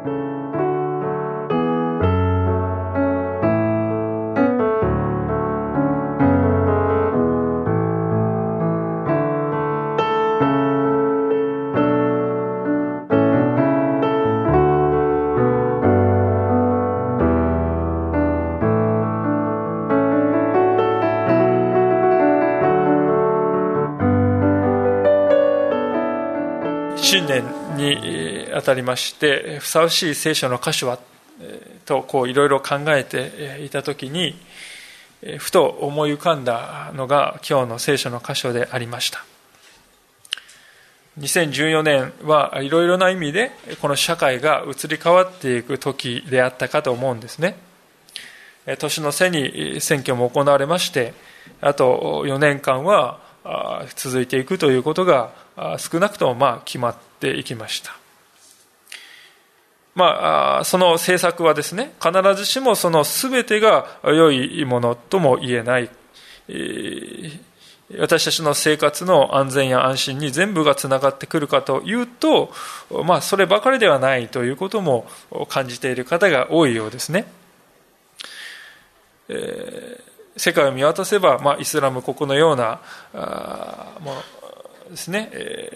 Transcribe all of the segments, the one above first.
新年にあたりましてふさわしい聖書の箇所はといろいろ考えていたときに、ふと思い浮かんだのが今日の聖書の箇所でありました。2014年はいろいろな意味でこの社会が移り変わっていく時であったかと思うんですね。年の瀬に選挙も行われまして、あと4年間は続いていくということが少なくとも決まっていきました。その政策はですね、必ずしもその全てが良いものとも言えない、私たちの生活の安全や安心に全部がつながってくるかというと、そればかりではないということも感じている方が多いようですね。世界を見渡せば、イスラム国のようなものですね、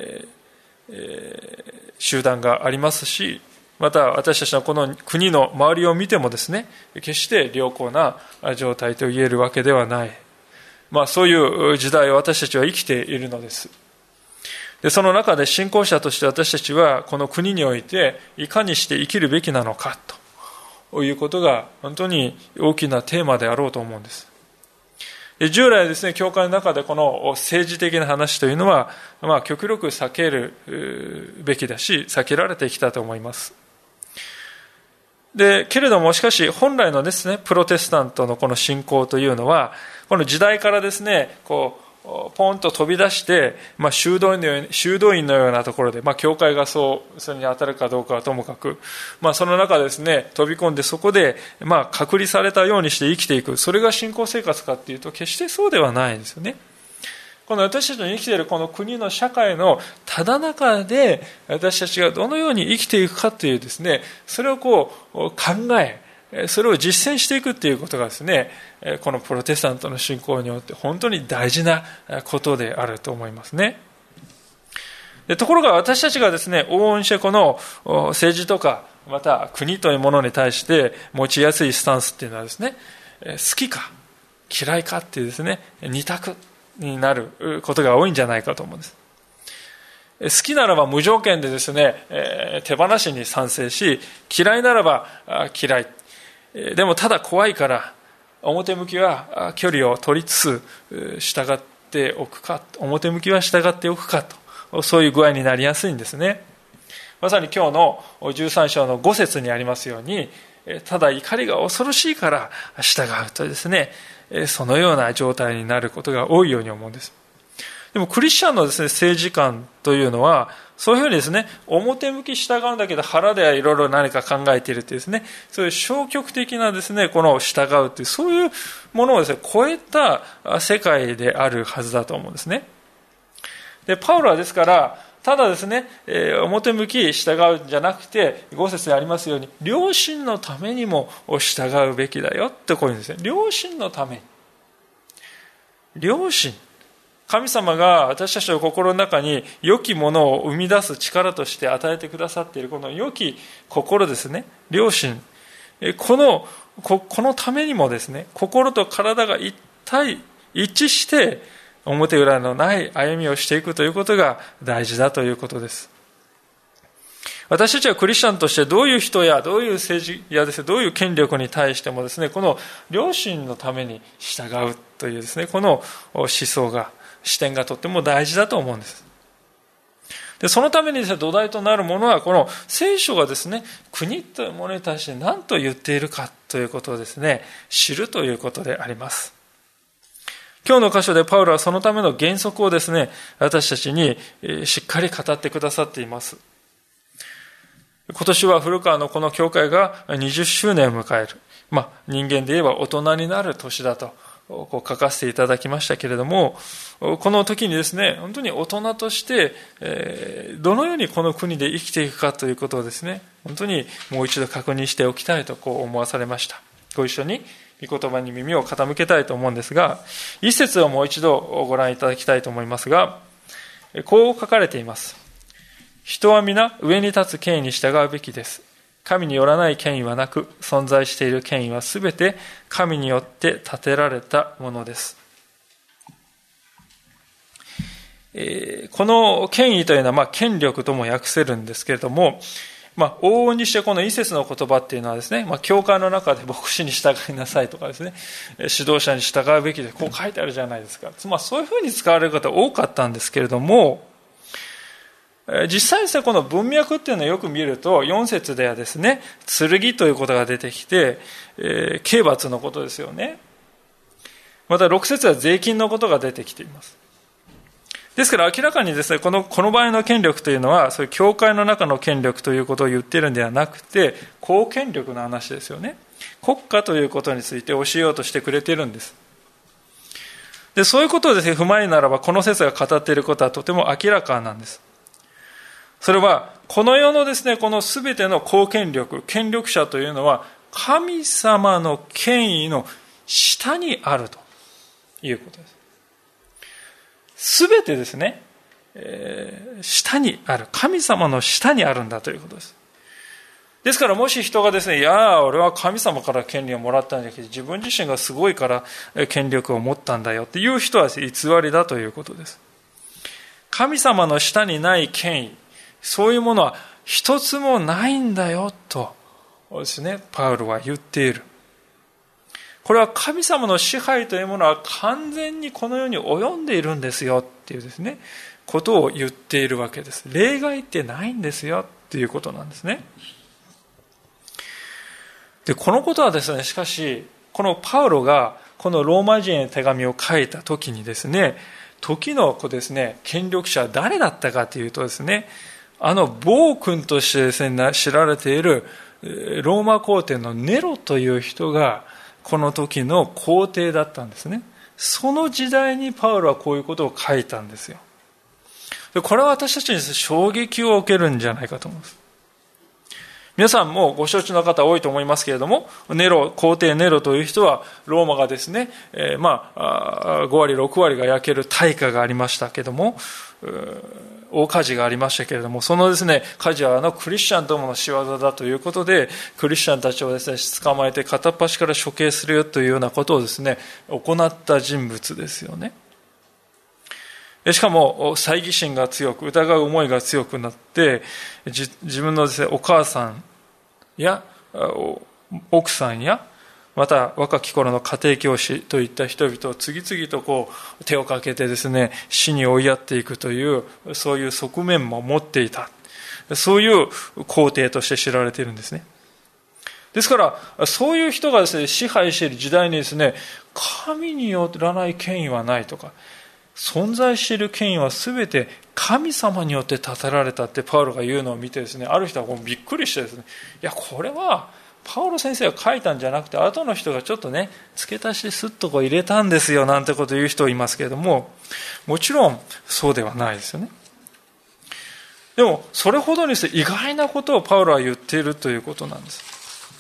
集団がありますし、また私たちのこの国の周りを見てもですね、決して良好な状態と言えるわけではない。そういう時代を私たちは生きているのです。で、その中で信仰者として私たちはこの国においていかにして生きるべきなのかということが本当に大きなテーマであろうと思うんです。従来ですね、教会の中でこの政治的な話というのは、極力避けるべきだし、避けられてきたと思います。で、けれどもしかし本来のですね、プロテスタントのこの信仰というのは、この時代からですね、ポンと飛び出して、修道院のようなところで、教会がそれに当たるかどうかはともかく、その中ですね、飛び込んでそこで、隔離されたようにして生きていく。それが信仰生活かっていうと、決してそうではないですよね。この私たちの生きているこの国の社会のただ中で、私たちがどのように生きていくかというですね、それを考え、それを実践していくということがですね、このプロテスタントの信仰によって本当に大事なことであると思いますね。ところが私たちがですね、往々にしてこの政治とかまた国というものに対して持ちやすいスタンスっていうのはですね、好きか嫌いかっていうですね、二択になることが多いんじゃないかと思うんです。好きならば無条件でですね、手放しに賛成し、嫌いならば嫌い。でもただ怖いから表向きは距離を取りつつ従っておくか、表向きは従っておくかと、そういう具合になりやすいんですね。まさに今日の13章の5節にありますように、ただ怒りが恐ろしいから従うとですね、そのような状態になることが多いように思うんです。でもクリスチャンのですね、政治観というのは、そういうふうにですね、表向き従うんだけど腹ではいろいろ何か考えているというですね、そういう消極的なですね、この従うという、そういうものをですね、超えた世界であるはずだと思うんですね。で、パウロはですから、ただですね、表向き従うんじゃなくて、5節にありますように、良心のためにも従うべきだよってこういうんですね。良心のために。良心。神様が私たちの心の中に良きものを生み出す力として与えてくださっているこの良き心ですね、良心。このためにもですね、心と体が一致して表裏のない歩みをしていくということが大事だということです。私たちはクリスチャンとしてどういう人やどういう政治やですね、どういう権力に対してもですね、この良心のために従うというですね、この思想が視点がとっても大事だと思うんです。で、そのためにですね、土台となるものはこの聖書がですね、国というものに対して何と言っているかということをですね、知るということであります。今日の箇所でパウロはそのための原則をですね、私たちにしっかり語ってくださっています。今年は古川のこの教会が20周年を迎える。人間で言えば大人になる年だと書かせていただきましたけれども、この時にですね、本当に大人として、どのようにこの国で生きていくかということをですね、本当にもう一度確認しておきたいと思わされました。ご一緒に御言葉に耳を傾けたいと思うんですが、一節をもう一度ご覧いただきたいと思いますが、こう書かれています。人は皆上に立つ権威に従うべきです。神によらない権威はなく、存在している権威はすべて神によって立てられたものです。この権威というのは、権力とも訳せるんですけれども、往々にしてこの一節の言葉っていうのはですね、教会の中で牧師に従いなさいとかですね、指導者に従うべきで、こう書いてあるじゃないですか。そういうふうに使われる方多かったんですけれども、実際ですね、この文脈っていうのをよく見ると、4節ではですね、剣ということが出てきて、刑罰のことですよね。また6節は税金のことが出てきています。ですから明らかにですね、この場合の権力というのは、そういう教会の中の権力ということを言っているんではなくて、公権力の話ですよね。国家ということについて教えようとしてくれているんです。で、そういうことをですね、踏まえるならば、この説が語っていることはとても明らかなんです。それは、この世のですね、このすべての公権力、権力者というのは、神様の権威の下にあるということです。すべてですね、下にある。神様の下にあるんだということです。ですからもし人がですね、いや俺は神様から権利をもらったんじゃなくて、自分自身がすごいから権力を持ったんだよっていう人は偽りだということです。神様の下にない権威、そういうものは一つもないんだよとですね、パウロは言っている。これは神様の支配というものは完全にこの世に及んでいるんですよっていうですね、ことを言っているわけです。例外ってないんですよっていうことなんですね。で、このことはですね、しかし、このパウロがこのローマ人への手紙を書いた時にですね、時のですね、権力者は誰だったかというとですね、暴君としてですね、知られているローマ皇帝のネロという人がこの時の皇帝だったんですね。その時代にパウロはこういうことを書いたんですよ。これは私たちに衝撃を受けるんじゃないかと思います。皆さんもご承知の方多いと思いますけれども、皇帝ネロという人はローマがですね、5割6割が焼ける大火がありましたけれども、大火事がありましたけれども、そのですね、火事はクリスチャンどもの仕業だということで、クリスチャンたちをですね、捕まえて片っ端から処刑するよというようなことをですね、行った人物ですよね。しかも、猜疑心が強く、疑う思いが強くなって、自分のですね、お母さんや、奥さんや、また若き頃の家庭教師といった人々を次々と手をかけてですね、死に追いやっていくという、そういう側面も持っていた。そういう皇帝として知られているんですね。ですから、そういう人がですね、支配している時代にですね、神によらない権威はないとか、存在している権威は全て神様によって立てられたってパウロが言うのを見てですね、ある人はびっくりしてですね、いやこれはパウロ先生が書いたんじゃなくて後の人がちょっとね付け足しスッと入れたんですよなんてことを言う人いますけれども、もちろんそうではないですよね。でもそれほどに意外なことをパウロは言っているということなんです。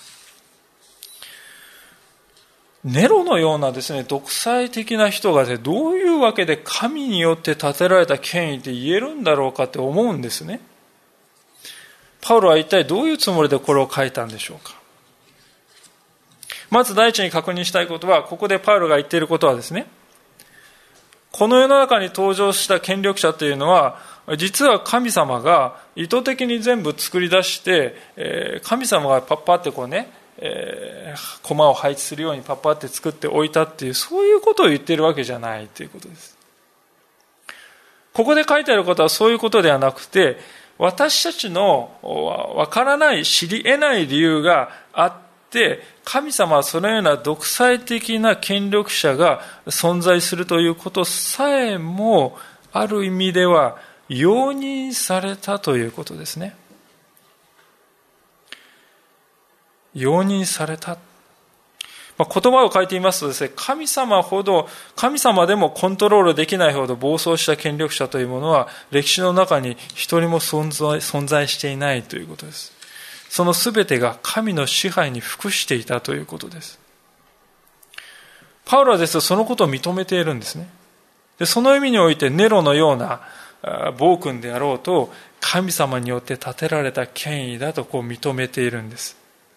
ネロのようなですね、独裁的な人がどういうわけで神によって立てられた権威って言えるんだろうかって思うんですね。パウロは一体どういうつもりでこれを書いたんでしょうか。まず第一に確認したいことは、ここでパウロが言っていることはですね、この世の中に登場した権力者というのは、実は神様が意図的に全部作り出して、神様がパッパって駒を配置するようにパッパって作っておいたっていう、そういうことを言っているわけじゃないということです。ここで書いてあることはそういうことではなくて、私たちのわからない知り得ない理由があって、神様はそのような独裁的な権力者が存在するということさえもある意味では容認されたということですね。容認された。 言葉を変えてみますとですね、神様でもコントロールできないほど暴走した権力者というものは歴史の中に一人も存在していないということです。その全てが神の支配に服していたということです。パウロはですね、そのことを認めているんですね。で、その意味においてネロのような暴君であろうと神様によって建てられた権威だと認めているんです。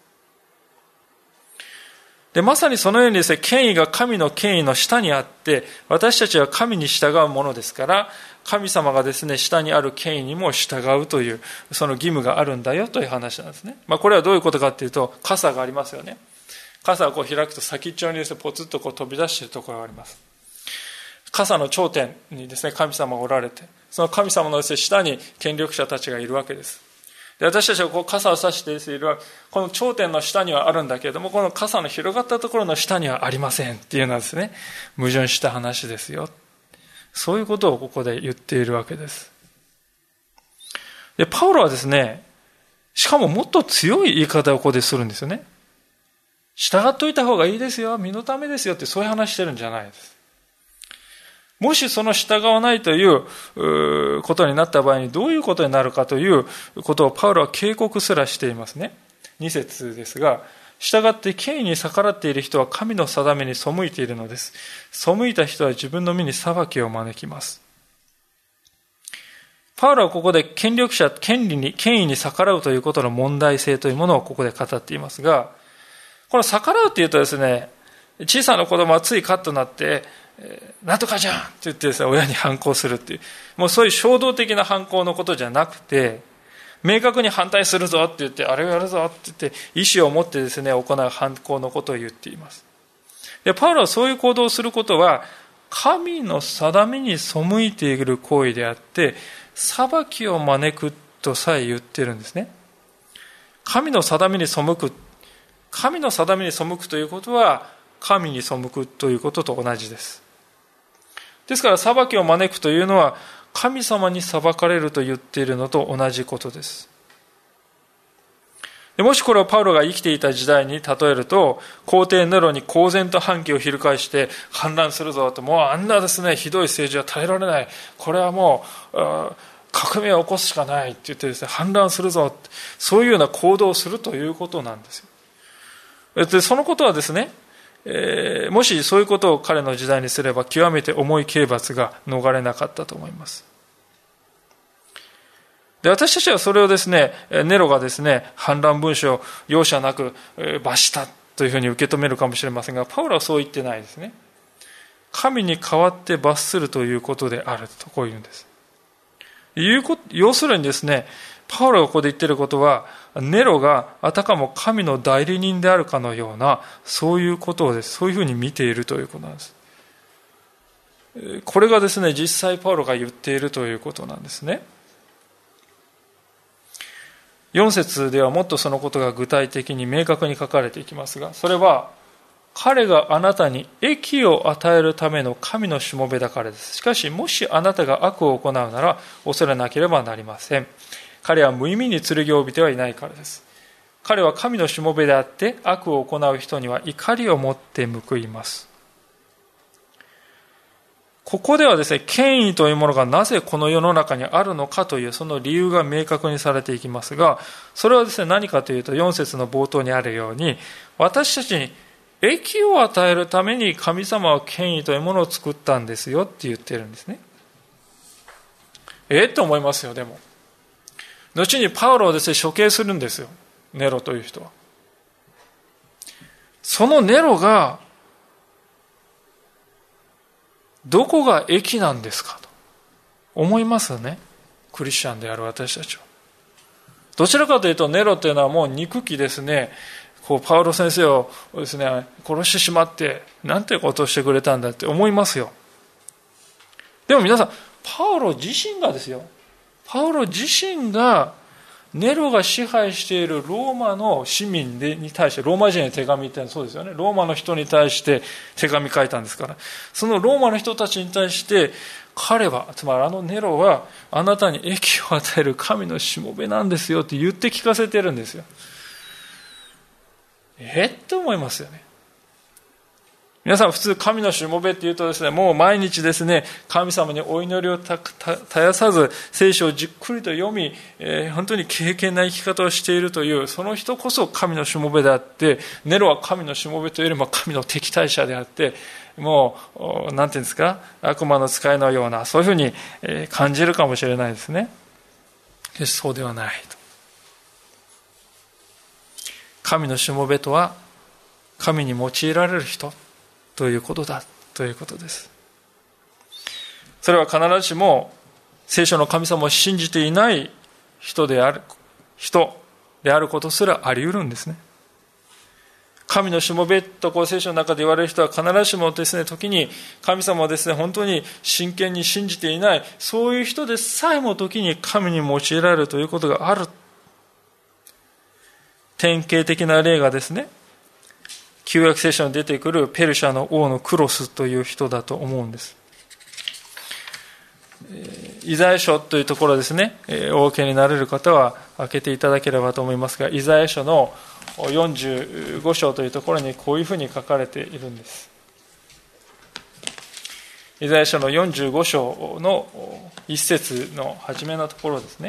で、まさにそのようにですね、権威が神の権威の下にあって、私たちは神に従うものですから、神様がですね、下にある権威にも従うという、その義務があるんだよという話なんですね。これはどういうことかというと、傘がありますよね。傘を開くと先っちょにですね、ポツッと飛び出しているところがあります。傘の頂点にですね、神様がおられて、その神様のですね、下に権力者たちがいるわけです。で、私たちは傘を差してですね、この頂点の下にはあるんだけれども、この傘の広がったところの下にはありませんっていうのはですね、矛盾した話ですよ。そういうことをここで言っているわけです。で、パウロはですね、しかももっと強い言い方をここでするんですよね。従っといた方がいいですよ、身のためですよって、そういう話してるんじゃないです。もしその従わないということになった場合にどういうことになるかということをパウロは警告すらしていますね。2節ですが、従って権威に逆らっている人は神の定めに背いているのです。背いた人は自分の身に裁きを招きます。パウロはここで権威に逆らうということの問題性というものをここで語っていますが、この逆らうというとですね、小さな子供はついカッとなって、なんとかじゃんって言ってですね、親に反抗するっていう、もうそういう衝動的な反抗のことじゃなくて、明確に反対するぞって言って、あれをやるぞって言って、意思を持ってですね、行う反抗のことを言っています。で、パウロはそういう行動をすることは、神の定めに背いている行為であって、裁きを招くとさえ言ってるんですね。神の定めに背くということは、神に背くということと同じです。ですから裁きを招くというのは神様に裁かれると言っているのと同じことです。もしこれをパウロが生きていた時代に例えると、皇帝ネロに公然と反旗を翻して反乱するぞと、もうあんなですね、ひどい政治は耐えられない、これはもう革命を起こすしかないって言ってですね、反乱するぞ、そういうような行動をするということなんですよ。で、そのことはですね、もしそういうことを彼の時代にすれば極めて重い刑罰が逃れなかったと思います。で、私たちはそれをですね、ネロがですね、反乱文書を容赦なく罰したというふうに受け止めるかもしれませんが、パウロはそう言ってないですね。神に代わって罰するということであるとこう言うんです。要するにですね、パウロがここで言っていることは、ネロがあたかも神の代理人であるかのような、そういうことをです。そういうふうに見ているということなんです。これがですね、実際パウロが言っているということなんですね。4節ではもっとそのことが具体的に明確に書かれていきますが、それは彼があなたに益を与えるための神のしもべだからです。しかしもしあなたが悪を行うなら恐れなければなりません。彼は無意味に剣を帯びてはいないからです。彼は神のしもべであって悪を行う人には怒りを持って報います。ここではですね、権威というものがなぜこの世の中にあるのかというその理由が明確にされていきますが、それはですね、何かというと4節の冒頭にあるように、私たちに益を与えるために神様は権威というものを作ったんですよって言ってるんですね。と思いますよ。でも後にパウロをですね、処刑するんですよ、ネロという人は。そのネロがどこが益なんですかと思いますよね、クリスチャンである私たちは。どちらかというとネロというのはもう憎きですね、パウロ先生をですね、殺してしまってなんてことをしてくれたんだって思いますよ。でも皆さん、パウロ自身がですよ、パウロ自身がネロが支配しているローマの市民に対して、ローマ人へ手紙ってそうですよね、ローマの人に対して手紙書いたんですから、そのローマの人たちに対して彼は、つまりネロはあなたに益を与える神のしもべなんですよって言って聞かせてるんですよ。って思いますよね。 皆さん普通神のしもべっていうとですね、もう毎日ですね、神様にお祈りを絶やさず聖書をじっくりと読み、本当に敬虔な生き方をしているという、その人こそ神のしもべであって、ネロは神のしもべというよりも神の敵対者であって、もうなんていうんですか、悪魔の使いのような、そういうふうに感じるかもしれないですね。そうではないと。神のしもべとは神に用いられる人ということだということです。それは必ずしも聖書の神様を信じていない人であることすらあり得るんですね。神のしもべと聖書の中で言われる人は必ずしもですね、時に神様をですね、本当に真剣に信じていない、そういう人でさえも時に神に用いられるということがある。典型的な例がですね、旧約聖書に出てくるペルシャの王のクロスという人だと思うんです。イザヤ書というところですね、お受けになれる方は開けていただければと思いますが、イザヤ書の45章というところにこういうふうに書かれているんです。イザヤ書の45章の一節の初めのところですね。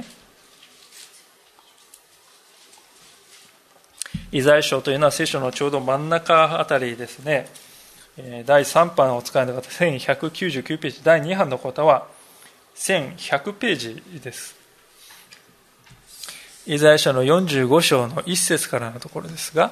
イザヤ書というのは聖書のちょうど真ん中あたりですね。第3版をお使いの方、1199ページ、第2版の方は1100ページです。イザヤ書の45章の1節からのところですが、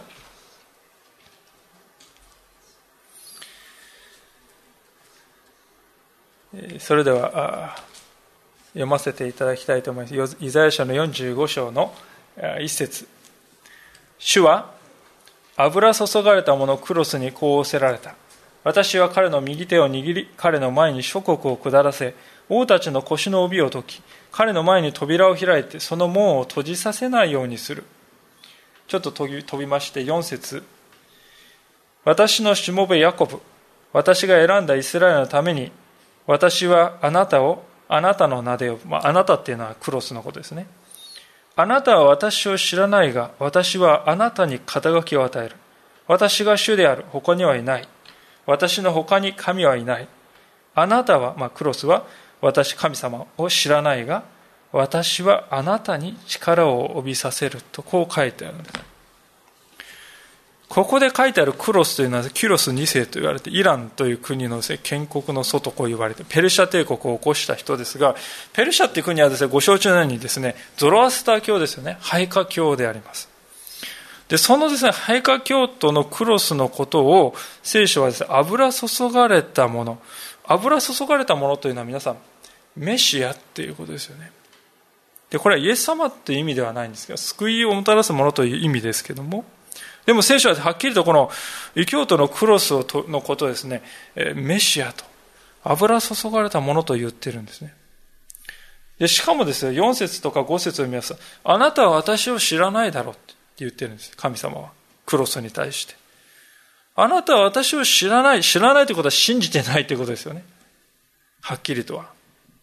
それでは読ませていただきたいと思います。イザヤ書の45章の1節。主は油注がれたものクロスにこう仰せられた。私は彼の右手を握り、彼の前に諸国を下らせ、王たちの腰の帯を解き、彼の前に扉を開いて、その門を閉じさせないようにする。ちょっと飛びまして4節。私のしもべヤコブ、私が選んだイスラエルのために、私はあなたをあなたの名で呼ぶ。あなたっていうのはクロスのことですね。あなたは私を知らないが、私はあなたに肩書きを与える。私が主である。他にはいない。私の他に神はいない。あなたは、クロスは、私神様を知らないが、私はあなたに力を帯びさせるとこう書いてあるんです。ここで書いてあるクロスというのはキュロス2世と言われて、イランという国の建国の祖とこう言われて、ペルシャ帝国を起こした人ですが、ペルシャっていう国はですね、ご承知のようにですね、ゾロアスター教ですよね、ハイカ教であります。で、そのですね、ハイカ教徒のクロスのことを聖書はですね、油注がれたもの、油注がれたものというのは皆さんメシアっていうことですよね。で、これはイエス様という意味ではないんですが、救いをもたらすものという意味ですけども、でも聖書ははっきりとこの異教徒のクロスのことをですね、メシアと油注がれたものと言ってるんですね。で、しかもですね、4節とか5節を見ますと、あなたは私を知らないだろうって言ってるんです。神様はクロスに対して、あなたは私を知らないということは信じてないということですよね。はっきりとは。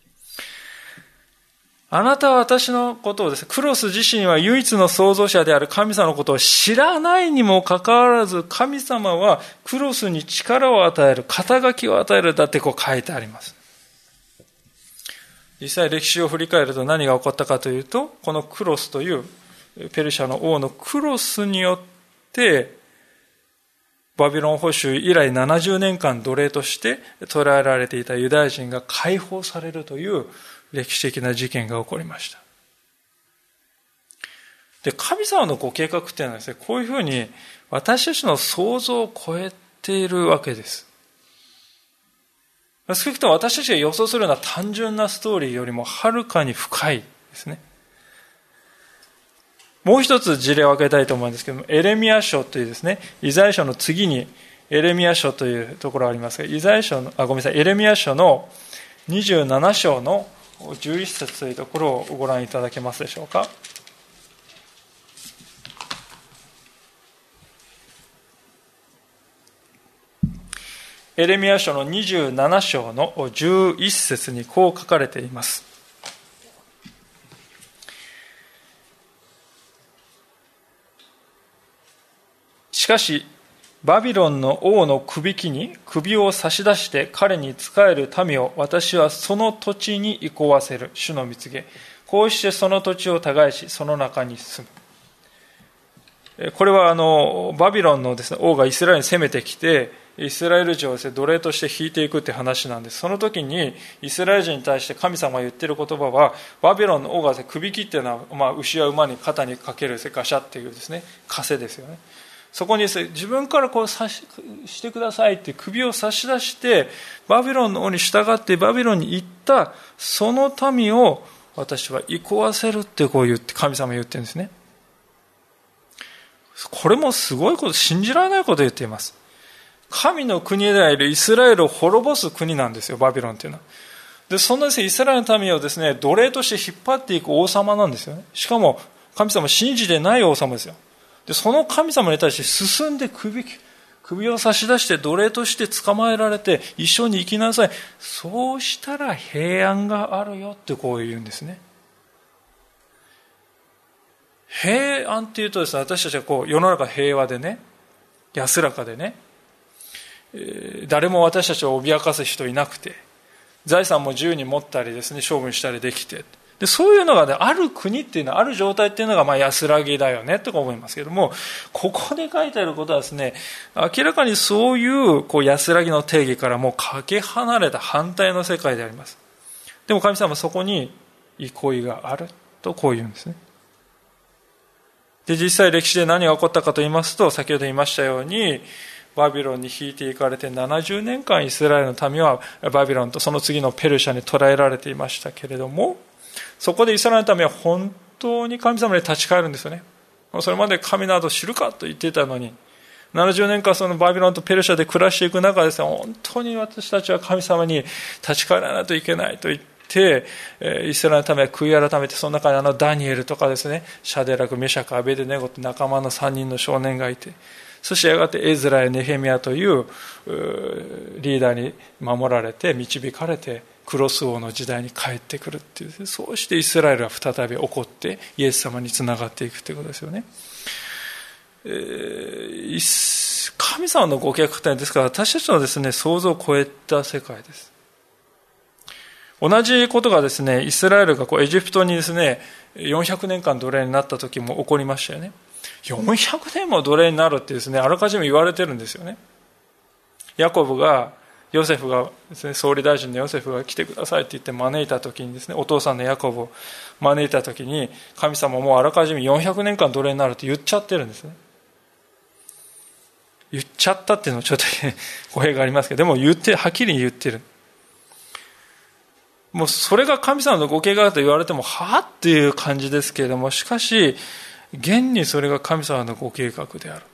あなたは私のことをですね、クロス自身は唯一の創造者である神様のことを知らないにもかかわらず、神様はクロスに力を与える、肩書きを与えるだってこう書いてあります。実際歴史を振り返ると何が起こったかというと、このクロスというペルシャの王のクロスによってバビロン捕囚以来70年間奴隷として捕らえられていたユダヤ人が解放されるという歴史的な事件が起こりました。で、神様のご計画っていうのはですね、こういうふうに私たちの想像を超えているわけです。少なくとも私たちが予想するような単純なストーリーよりもはるかに深いですね。もう一つ事例を挙げたいと思うんですけども、エレミヤ書というですね、イザヤ書の次にエレミヤ書というところがありますが、エレミヤ書の27章の11節というところをご覧いただけますでしょうか。エレミヤ書の27章の11節にこう書かれています。しかしバビロンの王のくびきに首を差し出して彼に仕える民を私はその土地に移わせる。主の蜜げ。こうしてその土地を耕し、その中に住む。これはバビロンのですね、王がイスラエルに攻めてきて、イスラエル人をですね、奴隷として引いていくって話なんです。その時にイスラエル人に対して神様が言っている言葉は、バビロンの王がですね、首切っていうのは、牛や馬に肩にかけるガシャっていうですね、枷ですよね。そこにですね、自分からこうしてくださいって首を差し出して、バビロンの王に従ってバビロンに行ったその民を私は移わせるってこう言って、神様が言ってるんですね。これもすごいこと、信じられないことを言っています。神の国であるイスラエルを滅ぼす国なんですよ、バビロンというのは。で、そんなですね、イスラエルの民をですね、奴隷として引っ張っていく王様なんですよね。しかも神様を信じてない王様ですよ。で、その神様に対して進んで首を差し出して奴隷として捕まえられて一緒に生きなさい。そうしたら平安があるよってこう言うんですね。平安っていうとですね、私たちはこう世の中平和でね、安らかでね、誰も私たちを脅かす人いなくて、財産も自由に持ったりですね、処分したりできて、でそういうのがね、ある国っていうのは、ある状態っていうのが安らぎだよねとか思いますけども、ここで書いてあることはですね、明らかにそういう安らぎの定義からもうかけ離れた反対の世界であります。でも神様はそこに憩いがあるとこう言うんですね。で、実際歴史で何が起こったかと言いますと、先ほど言いましたように、バビロンに引いていかれて70年間イスラエルの民はバビロンとその次のペルシャに捕らえられていましたけれども、そこでイスラエルの民は本当に神様に立ち返るんですよね。それまで神など知るかと言っていたのに、70年間そのバビロンとペルシャで暮らしていく中でですね、本当に私たちは神様に立ち返らないといけないと言って、イスラエルのためは悔い改めて、その中にダニエルとかですね、シャデラク、メシャク、アベデネゴと仲間の3人の少年がいて、そしてやがてエズラやネヘミヤというリーダーに守られて導かれてクロス王の時代に帰ってくるっていう、そうしてイスラエルは再び起こってイエス様につながっていくということですよね。神様のご計画点ですから、私たちのですね、想像を超えた世界です。同じことがですね、イスラエルがエジプトにですね、400年間奴隷になった時も起こりましたよね。400年も奴隷になるってですね、あらかじめ言われてるんですよね。ヨセフがですね、総理大臣のヨセフが来てくださいって言って招いた時にですね、お父さんのヤコブを招いた時に、神様もうあらかじめ400年間奴隷になるって言っちゃってるんですね。言っちゃったっていうのはちょっと語弊がありますけど、でもはっきり言ってる。もうそれが神様のご計画と言われても、はぁっていう感じですけれども、しかし、現にそれが神様のご計画である。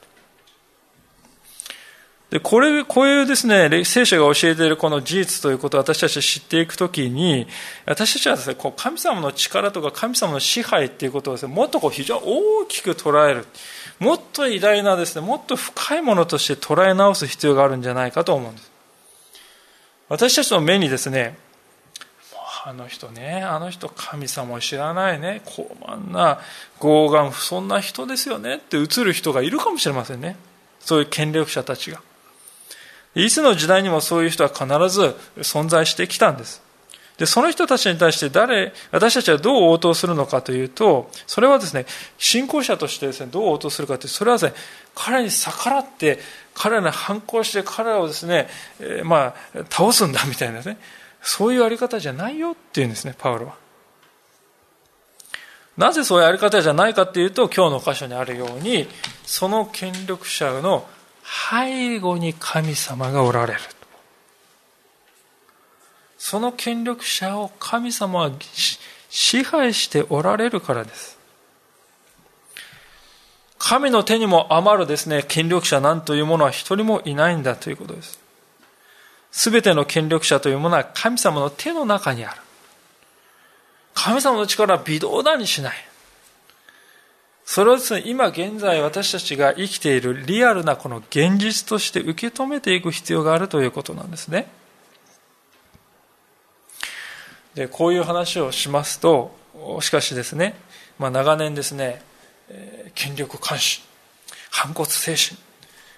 で、こういうですね、聖書が教えているこの事実ということを私たちは知っていくときに、私たちはですね、神様の力とか神様の支配っていうことをですね、もっと非常に大きく捉える。もっと偉大なですね、もっと深いものとして捉え直す必要があるんじゃないかと思うんです。私たちの目にですね、あの人神様を知らないね、高慢な傲慢不遜な人ですよねって映る人がいるかもしれませんね。そういう権力者たちが。いつの時代にもそういう人は必ず存在してきたんです。で、その人たちに対して私たちはどう応答するのかというと、それはですね、信仰者としてですね、どう応答するかというと、それはですね、彼に逆らって、彼らに反抗して、彼らをですね、倒すんだみたいなですね、そういうやり方じゃないよっていうんですね、パウロは。なぜそういうやり方じゃないかっていうと、今日の箇所にあるように、その権力者の背後に神様がおられる。その権力者を神様は支配しておられるからです。神の手にも余るですね、権力者なんというものは一人もいないんだということです。すべての権力者というものは神様の手の中にある。神様の力は微動だにしない。それをですね、今現在私たちが生きているリアルなこの現実として受け止めていく必要があるということなんですね。で、こういう話をしますと、しかしですね、長年ですね、権力監視、反骨精神、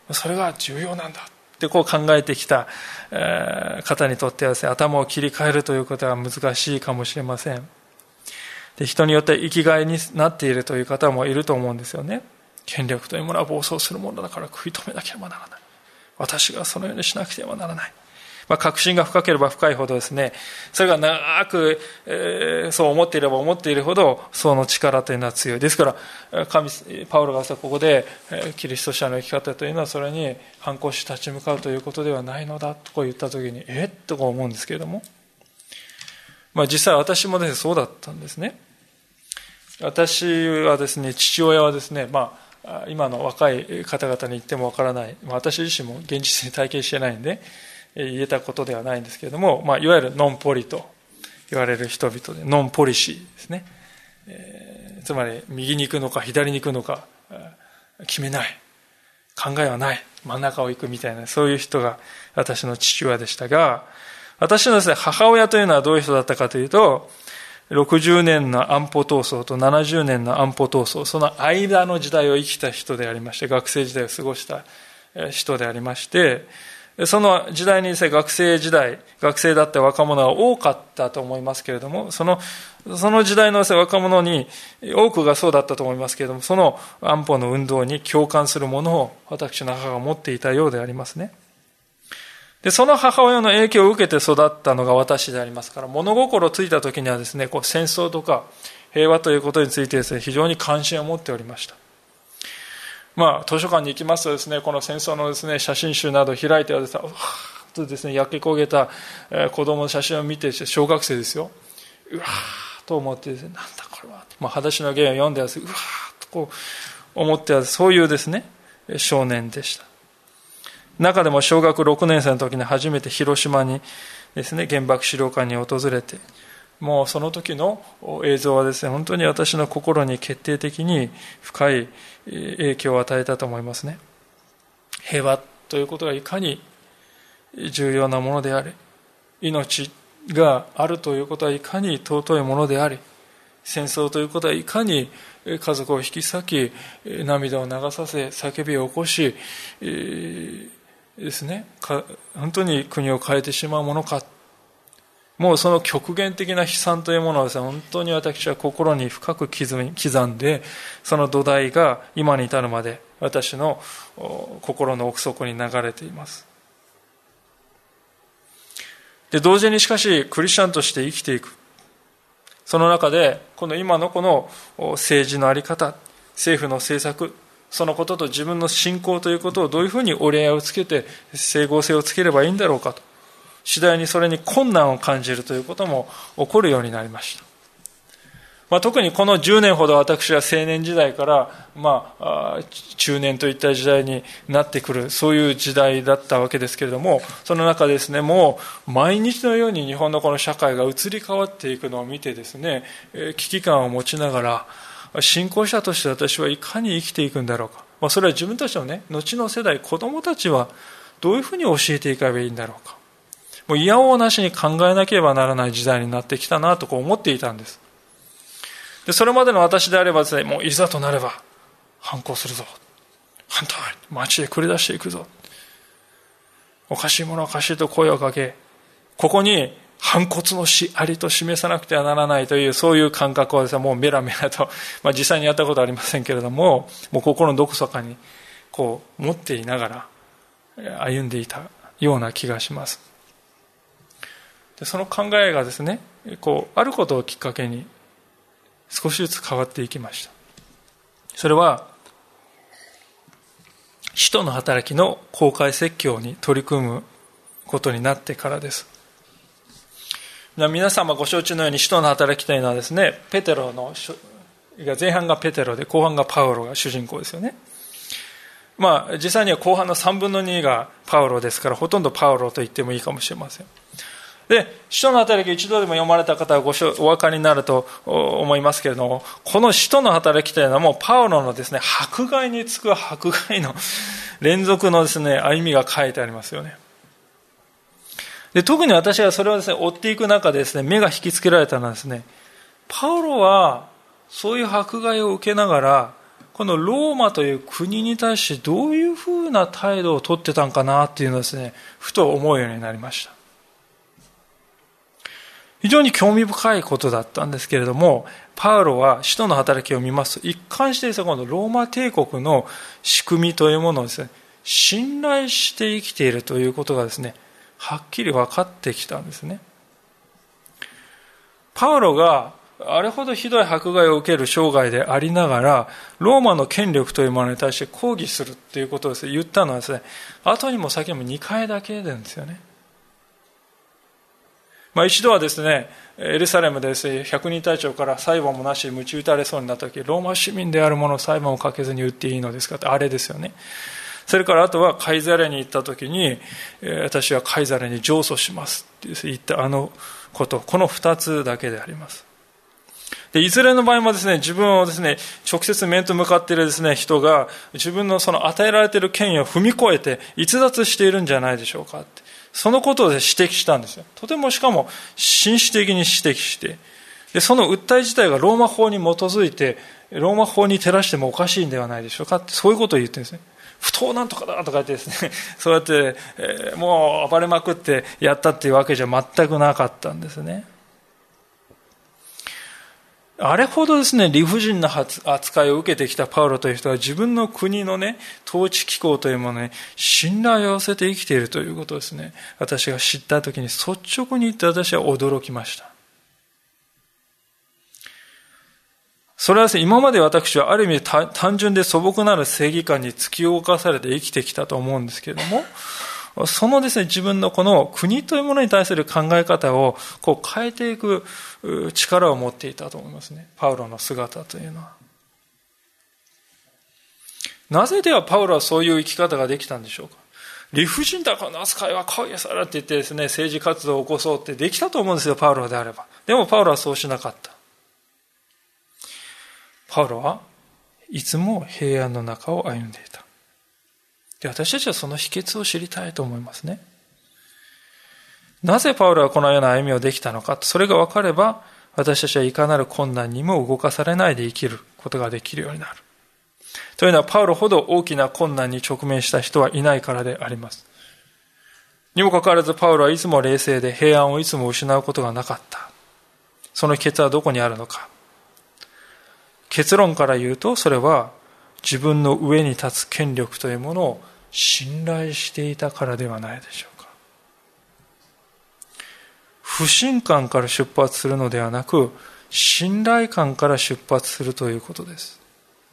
それが重要なんだってこう考えてきた方にとってはですね、頭を切り替えるということは難しいかもしれません。で、人によって生きがいになっているという方もいると思うんですよね。権力というものは暴走するものだから食い止めなければならない。私がそのようにしなくてはならない。確信が深ければ深いほどですね、それが長く、そう思っていれば思っているほど、その力というのは強い。ですから、パウロがここで、キリスト者の生き方というのはそれに反抗し立ち向かうということではないのだとこう言ったときに、とこう思うんですけれども、実際私もですね、そうだったんですね。私はですね、父親はですね、今の若い方々に言ってもわからない、私自身も現実に体験してないんで、言えたことではないんですけれども、いわゆるノンポリと言われる人々で、ノンポリシーですね。つまり、右に行くのか左に行くのか決めない。考えはない。真ん中を行くみたいな、そういう人が私の父親でしたが、私のですね、母親というのはどういう人だったかというと、60年の安保闘争と70年の安保闘争、その間の時代を生きた人でありまして、学生時代を過ごした人でありまして、その時代にですね、学生だった若者は多かったと思いますけれども、その時代の若者に、多くがそうだったと思いますけれども、その安保の運動に共感するものを私の母が持っていたようでありますね。で、その母親の影響を受けて育ったのが私でありますから、物心ついた時にはですね、戦争とか平和ということについてですね、非常に関心を持っておりました。図書館に行きますとですね、この戦争のですね、写真集などを開いてはですね、とですね、焼け焦げた子供の写真を見て、小学生ですよ。うわーと思ってですね、なんだこれは。裸足の弦を読んではですね、うわーとこう思っては、そういうですね、少年でした。中でも小学6年生の時に初めて広島にですね、原爆資料館に訪れて、もうその時の映像はですね、本当に私の心に決定的に深い影響を与えたと思いますね。平和ということがいかに重要なものであり、命があるということはいかに尊いものであり、戦争ということはいかに家族を引き裂き、涙を流させ、叫びを起こし、ですね、本当に国を変えてしまうものか。もうその極限的な悲惨というものをですね、本当に私は心に深く刻んで、その土台が今に至るまで私の心の奥底に流れています。で、同時にしかしクリスチャンとして生きていく。その中で、今のこの政治の在り方、政府の政策、そのことと自分の信仰ということをどういうふうに折り合いをつけて整合性をつければいいんだろうかと、次第にそれに困難を感じるということも起こるようになりました。特にこの10年ほど私は青年時代から中年といった時代になってくる、そういう時代だったわけですけれども、その中でですね、もう毎日のように日本のこの社会が移り変わっていくのを見てですね、危機感を持ちながら、信仰者として私はいかに生きていくんだろうか、それは自分たちのね、後の世代、子供たちはどういうふうに教えていけばいいんだろうか、もういやおうなしに考えなければならない時代になってきたなと思っていたんです。で、それまでの私であればですね、もういざとなれば反抗するぞ、反対、街へ繰り出していくぞ、おかしいものはおかしいと声をかけ、ここに反骨の死ありと示さなくてはならないという、そういう感覚をですね、もうメラメラと、実際にやったことはありませんけれども、もう心のどこかに持っていながら歩んでいたような気がします。で、その考えがですね、あることをきっかけに少しずつ変わっていきました。それは使徒の働きの公開説教に取り組むことになってからです。皆様ご承知のように、使徒の働きというのはですね、ペテロの前半がペテロで後半がパウロが主人公ですよね。実際には後半の3分の2がパウロですから、ほとんどパウロと言ってもいいかもしれません。で、使徒の働き一度でも読まれた方はお分かりになると思いますけれども、この使徒の働きというのはもうパウロのですね、迫害に次ぐ迫害の連続のですね、歩みが書いてありますよね。で、特に私はそれをですね、追っていく中でですね、目が引きつけられたのはですね、パウロはそういう迫害を受けながら、 このローマという国に対してどういうふうな態度をとってたんかなっていうのをですね、ふと思うようになりました。非常に興味深いことだったんですけれども、パウロは使徒の働きを見ますと、一貫してですね、このローマ帝国の仕組みというものをですね、信頼して生きているということがですね、はっきり分かってきたんですね。パウロがあれほどひどい迫害を受ける生涯でありながら、ローマの権力というものに対して抗議するということをですね、言ったのはですね、後にも先にも2回だけなんですよね。一度はですね、エルサレムでですね、百人隊長から裁判もなしで鞭打たれそうになった時、ローマ市民である者を裁判をかけずに撃っていいのですかって、あれですよね。それからあとはカイザレに行った時に、私はカイザレに上訴しますって言ったあのこと、この2つだけであります。で、いずれの場合もですね、自分をですね、直接面と向かっているですね、人が自分のその与えられている権威を踏み越えて逸脱しているんじゃないでしょうかって、そのことで指摘したんですよ。とてもしかも紳士的に指摘して、でその訴え自体がローマ法に基づいて、ローマ法に照らしてもおかしいんではないでしょうかって、そういうことを言ってるんですね。不当なんとかだとか言ってですね、そうやって、もう暴れまくってやったっていうわけじゃ全くなかったんですね。あれほどですね、理不尽な扱いを受けてきたパウロという人は、自分の国のね、統治機構というものに信頼を寄せて生きているということですね。私が知ったときに率直に言って私は驚きました。それはですね、今まで私はある意味単純で素朴なる正義感に突き動かされて生きてきたと思うんですけれども、そのですね、自分のこの国というものに対する考え方をこう変えていく力を持っていたと思いますね。パウロの姿というのは。なぜではパウロはそういう生き方ができたんでしょうか。理不尽だこの扱いは抗議されって言ってですね、政治活動を起こそうってできたと思うんですよ、パウロであれば。でもパウロはそうしなかった。パウロはいつも平安の中を歩んでいた。で、私たちはその秘訣を知りたいと思いますね。なぜパウロはこのような歩みをできたのか、それが分かれば、私たちはいかなる困難にも動かされないで生きることができるようになる。というのは、パウロほど大きな困難に直面した人はいないからであります。にもかかわらず、パウロはいつも冷静で平安をいつも失うことがなかった。その秘訣はどこにあるのか。結論から言うと、それは自分の上に立つ権力というものを信頼していたからではないでしょうか。不信感から出発するのではなく、信頼感から出発するということです。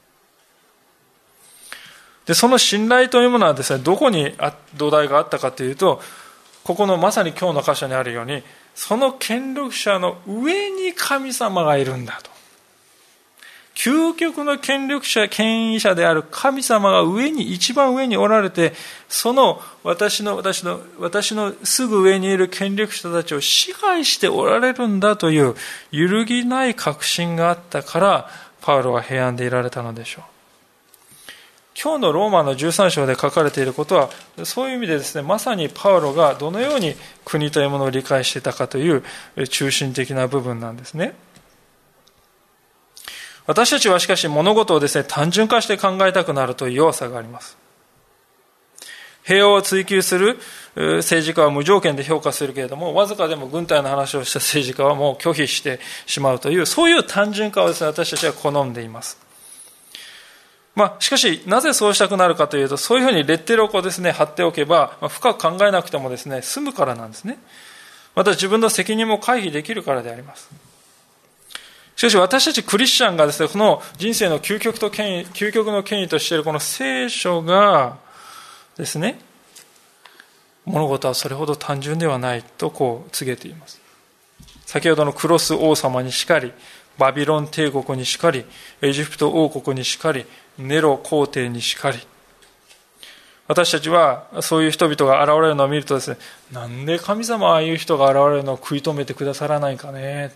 で、その信頼というものはですね、どこに土台があったかというと、ここのまさに今日の箇所にあるように、その権力者の上に神様がいるんだと。究極の権力者、権威者である神様が一番上におられて、その私のすぐ上にいる権力者たちを支配しておられるんだという揺るぎない確信があったから、パウロは平安でいられたのでしょう。今日のローマの13章で書かれていることは、そういう意味でですね、まさにパウロがどのように国というものを理解していたかという中心的な部分なんですね。私たちはしかし物事をですね、単純化して考えたくなるという弱さがあります。平和を追求する政治家は無条件で評価するけれども、わずかでも軍隊の話をした政治家はもう拒否してしまうという、そういう単純化をですね、私たちは好んでいます。しかし、なぜそうしたくなるかというと、そういうふうにレッテルをですね、貼っておけば、深く考えなくてもですね、済むからなんですね。また自分の責任も回避できるからであります。しかし私たちクリスチャンがですね、この人生の究極の権威としているこの聖書がですね、物事はそれほど単純ではないと告げています。先ほどのクロス王様にしかり、バビロン帝国にしかり、エジプト王国にしかり、ネロ皇帝にしかり、私たちはそういう人々が現れるのを見るとですね、なんで神様はああいう人が現れるのを食い止めてくださらないかね、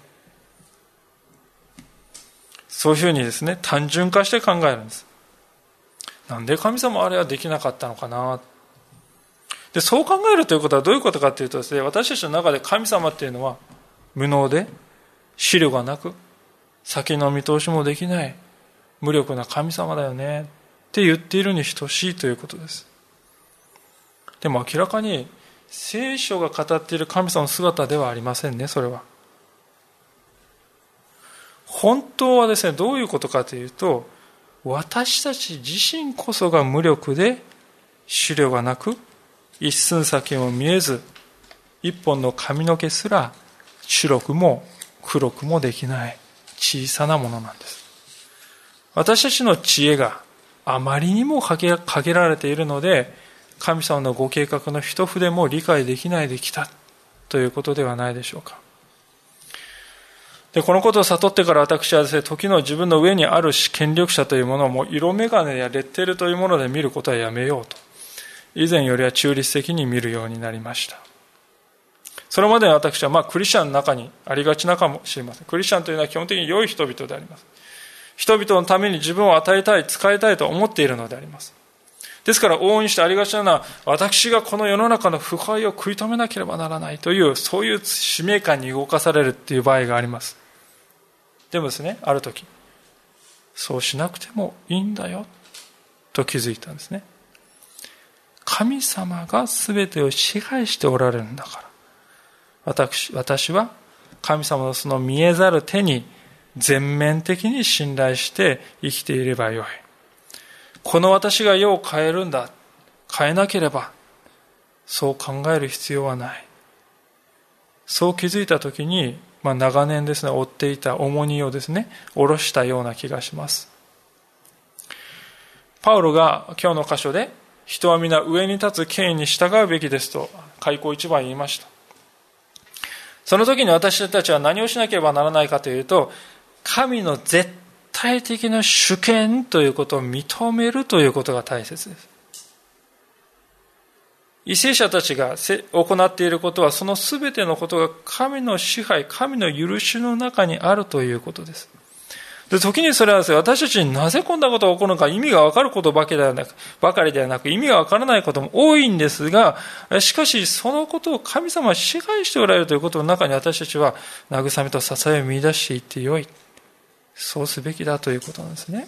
そういうふうにですね、単純化して考えるんです。なんで神様はあれはできなかったのかな。で、そう考えるということはどういうことかというとですね、私たちの中で神様っていうのは無能で、資料がなく、先の見通しもできない、 無力な神様だよねって言っているに等しいということです。でも明らかに聖書が語っている神様の姿ではありませんね、それは。本当はですね、どういうことかというと、私たち自身こそが無力で、資料がなく、一寸先も見えず、一本の髪の毛すら白くも黒くもできない小さなものなんです。私たちの知恵があまりにも限られているので、神様のご計画の一筆も理解できないできたということではないでしょうか。で、このことを悟ってから私はですね、時の自分の上にある権力者というものをもう色眼鏡やレッテルというもので見ることはやめようと、以前よりは中立的に見るようになりました。それまで私はクリスチャンの中にありがちなかもしれません。クリスチャンというのは基本的に良い人々であります。人々のために自分を与えたい、使いたいと思っているのであります。ですから往々にしてありがちなのは、私がこの世の中の腐敗を食い止めなければならないという、そういう使命感に動かされるっていう場合があります。でもですね、ある時、そうしなくてもいいんだよと気づいたんですね。神様が全てを支配しておられるんだから、私は神様のその見えざる手に全面的に信頼して生きていればよい。この私が世を変えるんだ、変えなければ、そう考える必要はない。そう気づいたときに、長年ですね、負っていた重荷をですね、下ろしたような気がします。パウロが今日の箇所で、人は皆上に立つ権威に従うべきですと、開口一番言いました。その時に私たちは何をしなければならないかというと、神の絶対的な主権ということを認めるということが大切です。為政者たちが行っていることは、その全てのことが神の支配、神の許しの中にあるということです。で、時にそれはですね、私たちになぜこんなことが起こるのか意味がわかることばかりではなく、意味がわからないことも多いんですが、しかしそのことを神様は支配しておられるということの中に、私たちは慰めと支えを見出していってよい。そうすべきだということなんですね。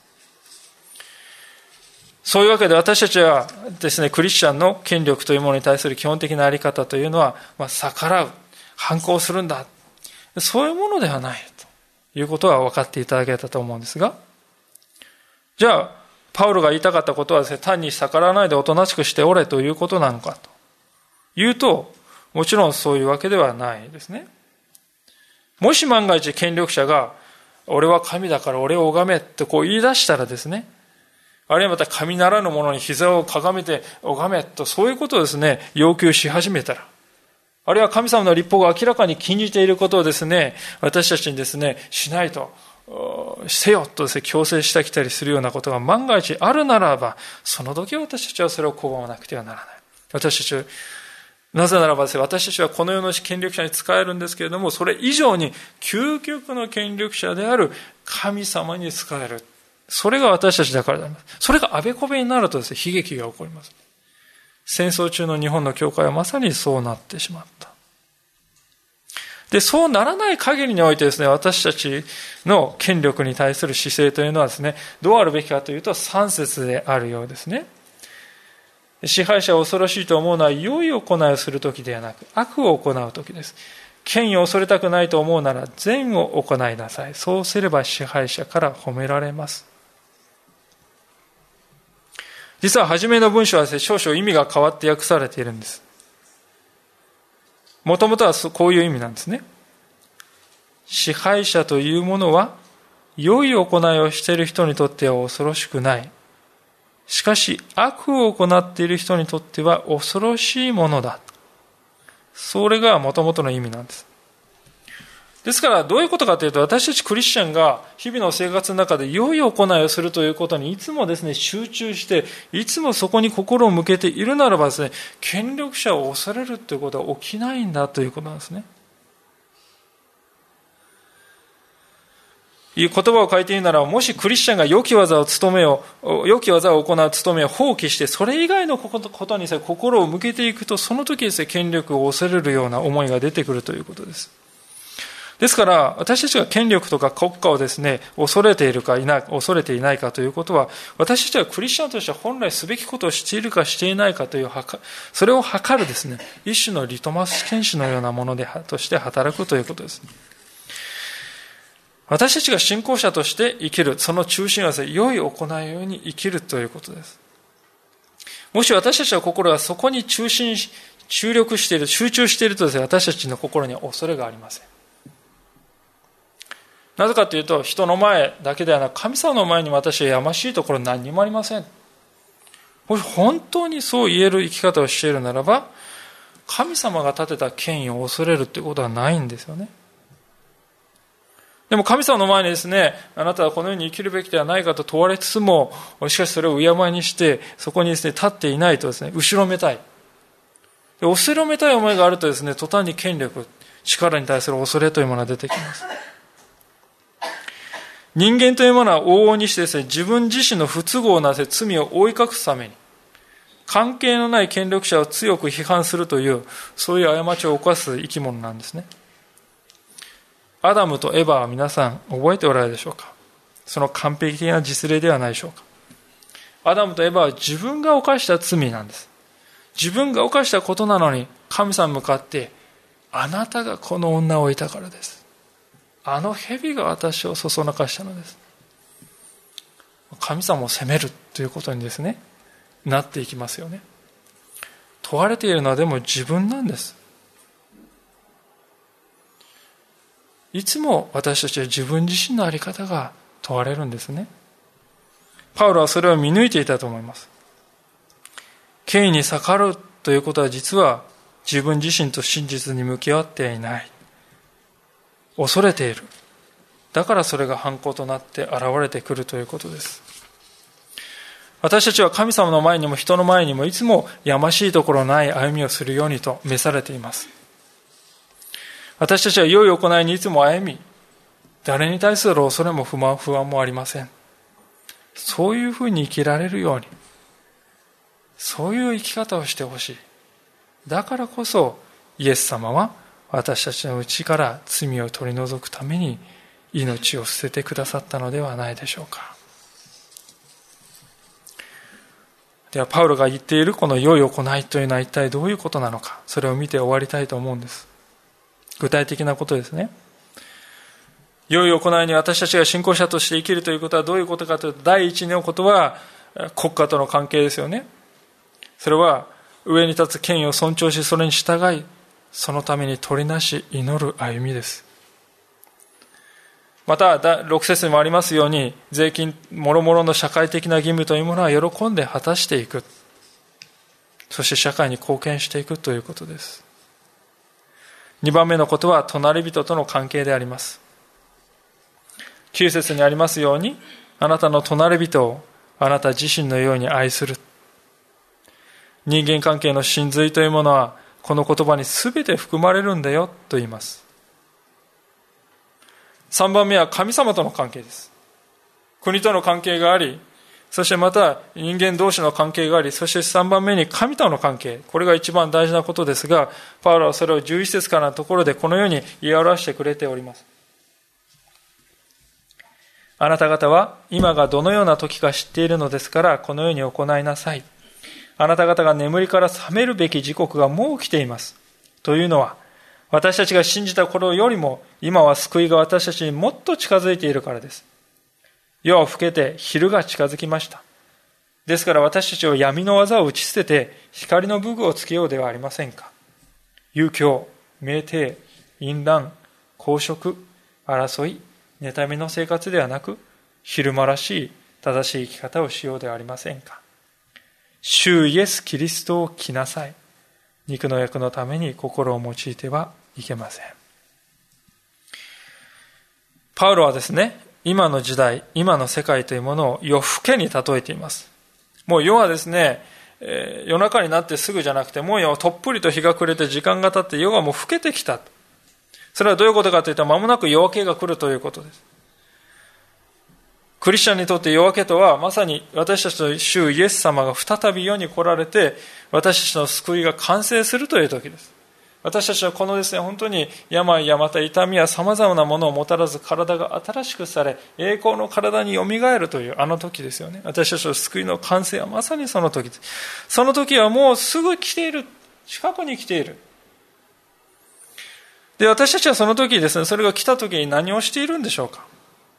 そういうわけで私たちはですね、クリスチャンの権力というものに対する基本的なあり方というのは、逆らう、反抗するんだ。そういうものではないということは分かっていただけたと思うんですが、じゃあ、パウロが言いたかったことはですね、単に逆らわないでおとなしくしておれということなのかというと、もちろんそういうわけではないですね。もし万が一権力者が、俺は神だから俺を拝めって言い出したらですね、あるいはまた神ならぬものに膝をかがめて拝めと、そういうことをですね、要求し始めたら、あるいは神様の律法が明らかに禁じていることをですね、私たちにですね、しないと、せよとですね、強制してきたりするようなことが万が一あるならば、その時私たちはそれを拒まなくてはならない。私たち、なぜならばですね、私たちはこの世の権力者に仕えるんですけれども、それ以上に究極の権力者である神様に仕える。それが私たちだからであります。それがあべこべになるとですね、悲劇が起こります。戦争中の日本の教会はまさにそうなってしまった。で、そうならない限りにおいてですね、私たちの権力に対する姿勢というのはですね、どうあるべきかというと3節であるようですね。支配者を恐ろしいと思うのは良い行いをするときではなく、悪を行うときです。権威を恐れたくないと思うなら善を行いなさい。そうすれば支配者から褒められます。実は初めの文章はですね、少々意味が変わって訳されているんです。もともとはこういう意味なんですね。支配者というものは良い行いをしている人にとっては恐ろしくない。しかし悪を行っている人にとっては恐ろしいものだ。それがもともとの意味なんです。ですからどういうことかというと、私たちクリスチャンが日々の生活の中で良い行いをするということにいつもですね、集中していつもそこに心を向けているならばですね、権力者を恐れるということは起きないんだということなんですね。いう言葉を書いているなら、もしクリスチャンが良き技を行う務めを放棄して、それ以外のことに心を向けていくと、その時ですね、権力を恐れるような思いが出てくるということです。 ですから、私たちが権力とか国家をですね、恐れているか恐れていないかということは、私たちはクリスチャンとして本来すべきことをしているかしていないかという、それを測るですね、一種のリトマス試験紙のようなものとして働くということです。私たちが信仰者として生きる、その中心はですね、良い行いように生きるということです。もし私たちの心がそこに注力している、集中しているとですね、私たちの心には恐れがありません。なぜかというと、人の前だけではなく、神様の前に私はやましいところ何にもありません。もし本当にそう言える生き方をしているならば、神様が立てた権威を恐れるということはないんですよね。でも神様の前にですね、あなたはこのように生きるべきではないかと問われつつも、しかしそれを敬いにして、そこにですね、立っていないとですね、後ろめたい。後ろめたい思いがあるとですね、途端に権力、力に対する恐れというものが出てきます。人間というものは往々にしてですね、自分自身の不都合な罪を覆い隠すために、関係のない権力者を強く批判するという、そういう過ちを犯す生き物なんですね。アダムとエバは皆さん覚えておられるでしょうか。その完璧的な実例ではないでしょうか。アダムとエバは自分が犯した罪なんです。自分が犯したことなのに、神様に向かって、あなたがこの女を置いたからです。あの蛇が私をそそのかしたのです。神様を責めるということにですね、なっていきますよね。問われているのはでも自分なんです。いつも私たちは自分自身の在り方が問われるんですね。パウロはそれを見抜いていたと思います。権威に逆らうということは実は自分自身と真実に向き合っていない。恐れている。だからそれが犯行となって現れてくるということです。私たちは神様の前にも人の前にもいつもやましいところない歩みをするようにと召されています。私たちは良い行いにいつも歩み、誰に対する恐れも不安もありません。そういうふうに生きられるように、そういう生き方をしてほしい。だからこそイエス様は私たちの内から罪を取り除くために命を捨ててくださったのではないでしょうか。ではパウロが言っているこの良い行いというのは一体どういうことなのか、それを見て終わりたいと思うんです。具体的なことですね。良い行いに私たちが信仰者として生きるということはどういうことかというと、第一のことは国家との関係ですよね。それは上に立つ権威を尊重し、それに従い、そのために取りなし祈る歩みです。また6節にもありますように、税金もろもろの社会的な義務というものは喜んで果たしていく、そして社会に貢献していくということです。2番目のことは隣人との関係であります。9節にありますように、あなたの隣人をあなた自身のように愛する。人間関係の真髄というものはこの言葉に全て含まれるんだよと言います。3番目は神様との関係です。国との関係があり、そしてまた人間同士の関係があり、そして3番目に神との関係、これが一番大事なことですが、パウロはそれを11節からのところでこのように言い表してくれております。あなた方は今がどのような時か知っているのですから、このように行いなさい。あなた方が眠りから覚めるべき時刻がもう来ています。というのは、私たちが信じた頃よりも今は救いが私たちにもっと近づいているからです。夜は更けて昼が近づきました。ですから私たちは闇の技を打ち捨てて光の武具をつけようではありませんか。遊興、酩酊、淫乱、公職、争い、妬みの生活ではなく、昼間らしい正しい生き方をしようではありませんか。主イエス・キリストを着なさい。肉の役のために心を用いてはいけません。パウロはですね、今の時代、今の世界というものを夜更けに例えています。もう夜はですね、夜中になってすぐじゃなくて、もうとっぷりと日が暮れて時間が経って夜がもう更けてきた。それはどういうことかというと、間もなく夜明けが来るということです。クリスチャンにとって夜明けとは、まさに私たちの主イエス様が再び世に来られて、私たちの救いが完成するという時です。 私たちはこのですね、本当に病やまた痛みや様々なものをもたらず体が新しくされ、栄光の体によみがえるというあの時ですよね。私たちの救いの完成はまさにその時です。その時はもうすぐ来ている。近くに来ている。で、私たちはその時ですね、それが来た時に何をしているんでしょうか。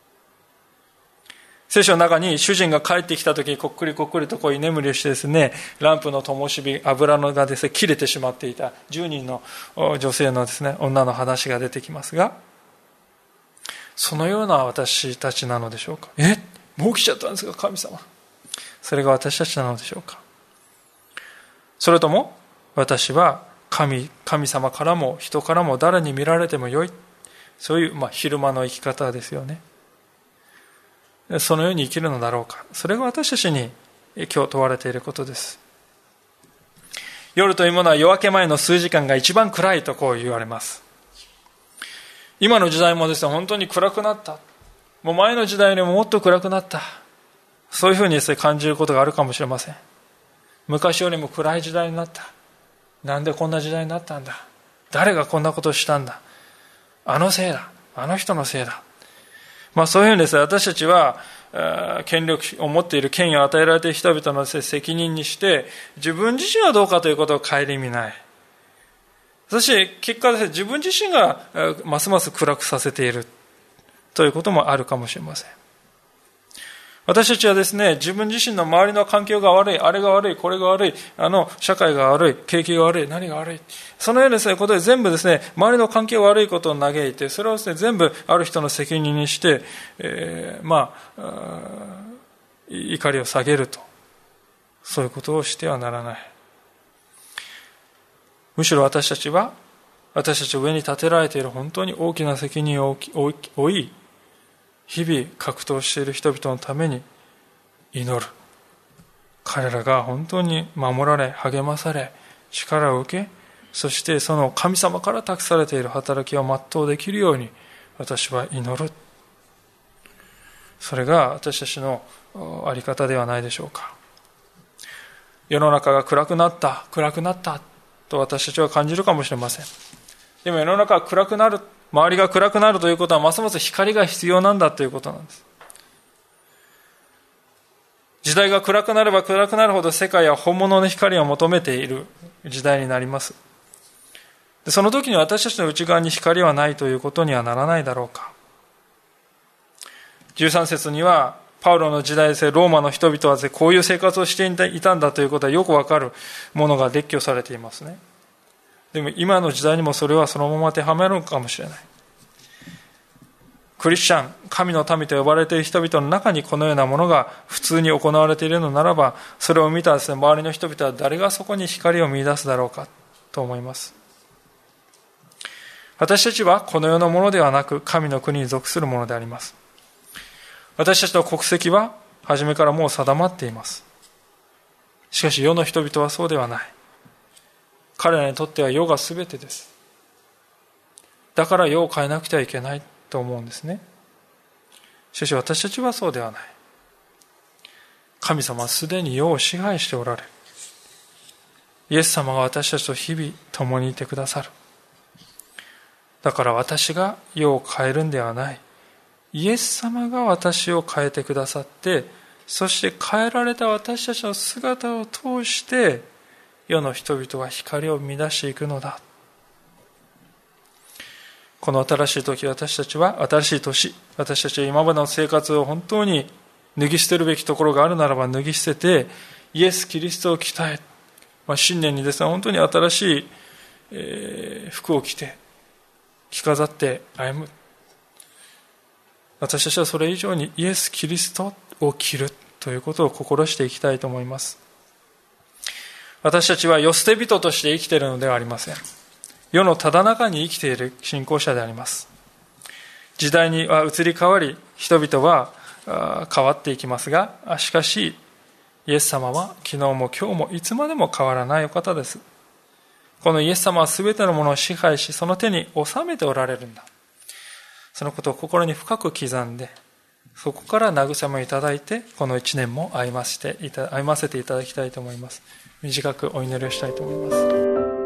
聖書の中に主人が帰ってきた時にこっくりこっくりと居眠りしてですね、ランプの灯火、油のがですね、切れてしまっていた10人の女性のですね、女の話が出てきますが、そのような私たちなのでしょうか。もう来ちゃったんですか、神様。それが私たちなのでしょうか。それとも、私は神様からも人からも誰に見られてもよい。そういう、昼間の生き方ですよね。そのように生きるのだろうか。それが私たちに今日問われていることです。夜というものは夜明け前の数時間が一番暗いと言われます。今の時代もですね、本当に暗くなった。もう前の時代よりももっと暗くなった。そういうふうにですね、感じることがあるかもしれません。昔よりも暗い時代になった。なんでこんな時代になったんだ。誰がこんなことをしたんだ。あのせいだ。あの人のせいだ。そういうふうにですね、私たちは権力を持っている権威を与えられている人々の責任にして自分自身はどうかということを顧みない。そして結果ですね、自分自身がますます暗くさせているということもあるかもしれません。私たちはですね、自分自身の周りの環境が悪い、あれが悪い、これが悪い、社会が悪い、景気が悪い、何が悪い、そのようなですね、ことで全部ですね、周りの環境が悪いことを嘆いて、それをですね、全部ある人の責任にして、怒りを下げると、そういうことをしてはならない。むしろ私たちは、私たち上に立てられている本当に大きな責任を負い、日々格闘している人々のために祈る。彼らが本当に守られ、励まされ、力を受け、そしてその神様から託されている働きを全うできるように私は祈る。それが私たちのあり方ではないでしょうか。世の中が暗くなったと私たちは感じるかもしれません。でも世の中が暗くなる、周りが暗くなるということはますます光が必要なんだということなんです。時代が暗くなれば暗くなるほど世界は本物の光を求めている時代になります。でその時に私たちの内側に光はないということにはならないだろうか。13節にはパウロの時代でローマの人々はこういう生活をしていたんだということはよくわかるものが列挙されていますね。でも今の時代にもそれはそのまま当てはめるのかもしれない。クリスチャン、神の民と呼ばれている人々の中にこのようなものが普通に行われているのならば、それを見たですね、周りの人々は誰がそこに光を見出すだろうかと思います。私たちはこの世のものではなく神の国に属するものであります。私たちの国籍は初めからもう定まっています。しかし世の人々はそうではない。彼らにとっては世が全てです。だから世を変えなくてはいけないと思うんですね。しかし私たちはそうではない。神様はすでに世を支配しておられる。イエス様が私たちと日々共にいてくださる。だから私が世を変えるんではない。イエス様が私を変えてくださって、そして変えられた私たちの姿を通して世の人々は光を見出していくのだ。この新しい時、私たちは今までの生活を本当に脱ぎ捨てるべきところがあるならば脱ぎ捨てて、イエス・キリストを着たえ、新年にですね、本当に新しい服を着て着飾って歩む。私たちはそれ以上にイエス・キリストを着るということを心していきたいと思います。私たちは世捨て人として生きているのではありません。世のただ中に生きている信仰者であります。時代には移り変わり、人々は変わっていきますが、しかしイエス様は昨日も今日もいつまでも変わらないお方です。このイエス様は全てのものを支配し、その手に収めておられるんだ。そのことを心に深く刻んで、そこから慰めをいただいて、この一年も歩ませていただきたいと思います。短くお祈りをしたいと思います。